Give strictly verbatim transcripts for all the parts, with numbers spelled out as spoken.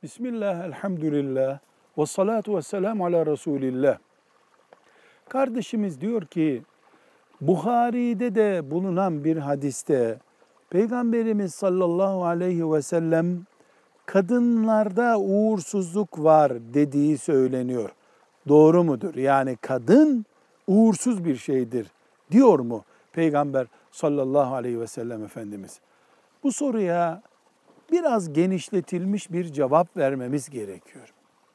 Bismillah, elhamdülillah, ve salatu ve selamu ala Resulillah. Kardeşimiz diyor ki, Buhari'de de bulunan bir hadiste, Peygamberimiz sallallahu aleyhi ve sellem, kadınlarda uğursuzluk var dediği söyleniyor. Doğru mudur? Yani kadın uğursuz bir şeydir diyor mu Peygamber sallallahu aleyhi ve sellem Efendimiz? Bu soruya biraz genişletilmiş bir cevap vermemiz gerekiyor.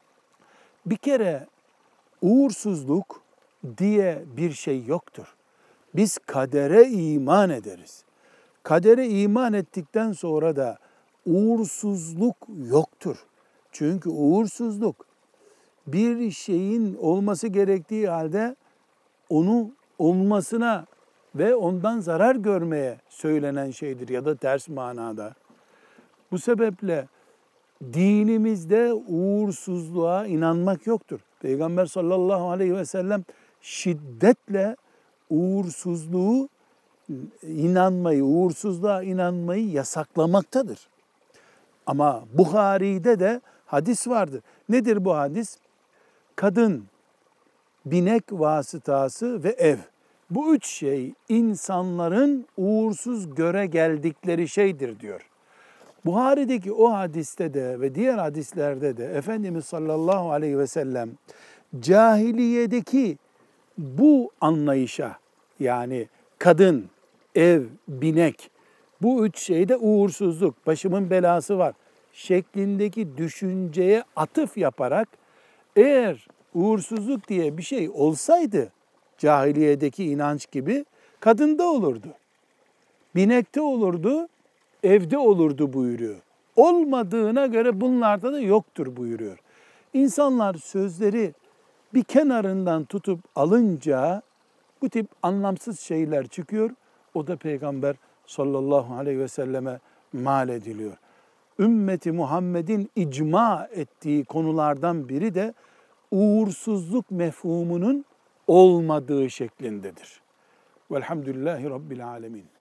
Bir kere uğursuzluk diye bir şey yoktur. Biz kadere iman ederiz. Kadere iman ettikten sonra da uğursuzluk yoktur. Çünkü uğursuzluk bir şeyin olması gerektiği halde onu olmasına ve ondan zarar görmeye söylenen şeydir ya da ters manada. Bu sebeple dinimizde uğursuzluğa inanmak yoktur. Peygamber sallallahu aleyhi ve sellem şiddetle uğursuzluğu inanmayı, uğursuzluğa inanmayı yasaklamaktadır. Ama Buhari'de de hadis vardır. Nedir bu hadis? Kadın, binek vasıtası ve ev. Bu üç şey insanların uğursuz göre geldikleri şeydir diyor. Buhari'deki o hadiste de ve diğer hadislerde de Efendimiz sallallahu aleyhi ve sellem cahiliyedeki bu anlayışa, yani kadın, ev, binek, bu üç şeyde uğursuzluk, başımın belası var şeklindeki düşünceye atıf yaparak, eğer uğursuzluk diye bir şey olsaydı cahiliyedeki inanç gibi, kadında olurdu, binekte olurdu, evde olurdu buyuruyor. Olmadığına göre bunlarda da yoktur buyuruyor. İnsanlar sözleri bir kenarından tutup alınca bu tip anlamsız şeyler çıkıyor. O da Peygamber sallallahu aleyhi ve selleme mal ediliyor. Ümmeti Muhammed'in icma ettiği konulardan biri de uğursuzluk mefhumunun olmadığı şeklindedir. Velhamdülillahi Rabbil alemin.